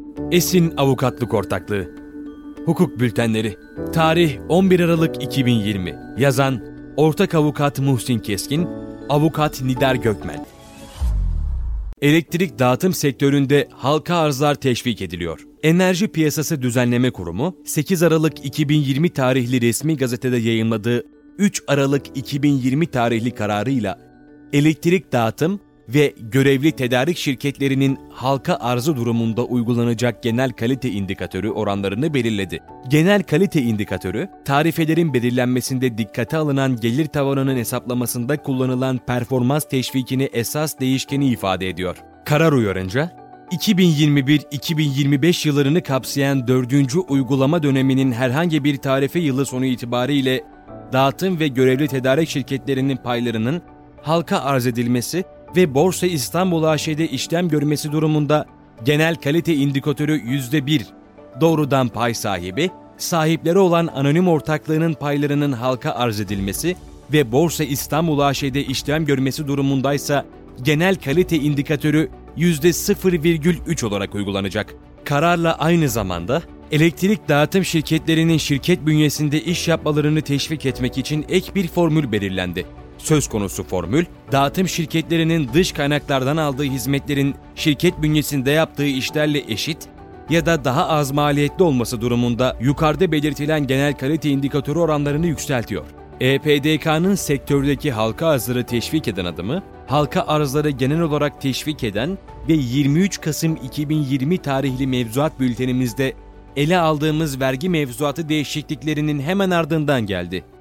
Esin Avukatlık Ortaklığı. Hukuk Bültenleri. Tarih 11 Aralık 2020. Yazan Ortak Avukat Muhsin Keskin, Avukat Nidar Gökmen. Elektrik dağıtım sektöründe halka arzlar teşvik ediliyor. Enerji Piyasası Düzenleme Kurumu, 8 Aralık 2020 tarihli resmi gazetede yayımladığı 3 Aralık 2020 tarihli kararıyla elektrik dağıtım ve görevli tedarik şirketlerinin halka arzı durumunda uygulanacak genel kalite indikatörü oranlarını belirledi. Genel kalite indikatörü, tarifelerin belirlenmesinde dikkate alınan gelir tavanının hesaplamasında kullanılan performans teşvikini esas değişkeni ifade ediyor. Karar uyarınca, 2021-2025 yıllarını kapsayan 4. uygulama döneminin herhangi bir tarife yılı sonu itibariyle dağıtım ve görevli tedarik şirketlerinin paylarının halka arz edilmesi ve Borsa İstanbul AŞ'de işlem görmesi durumunda genel kalite indikatörü %1, doğrudan pay sahibi, sahipleri olan anonim ortaklığının paylarının halka arz edilmesi ve Borsa İstanbul AŞ'de işlem görmesi durumundaysa genel kalite indikatörü %0,3 olarak uygulanacak. Kararla aynı zamanda elektrik dağıtım şirketlerinin şirket bünyesinde iş yapmalarını teşvik etmek için ek bir formül belirlendi. Söz konusu formül, dağıtım şirketlerinin dış kaynaklardan aldığı hizmetlerin şirket bünyesinde yaptığı işlerle eşit ya da daha az maliyetli olması durumunda yukarıda belirtilen genel kalite indikatörü oranlarını yükseltiyor. EPDK'nın sektördeki halka arzları teşvik eden adımı, halka arzları genel olarak teşvik eden ve 23 Kasım 2020 tarihli mevzuat bültenimizde ele aldığımız vergi mevzuatı değişikliklerinin hemen ardından geldi.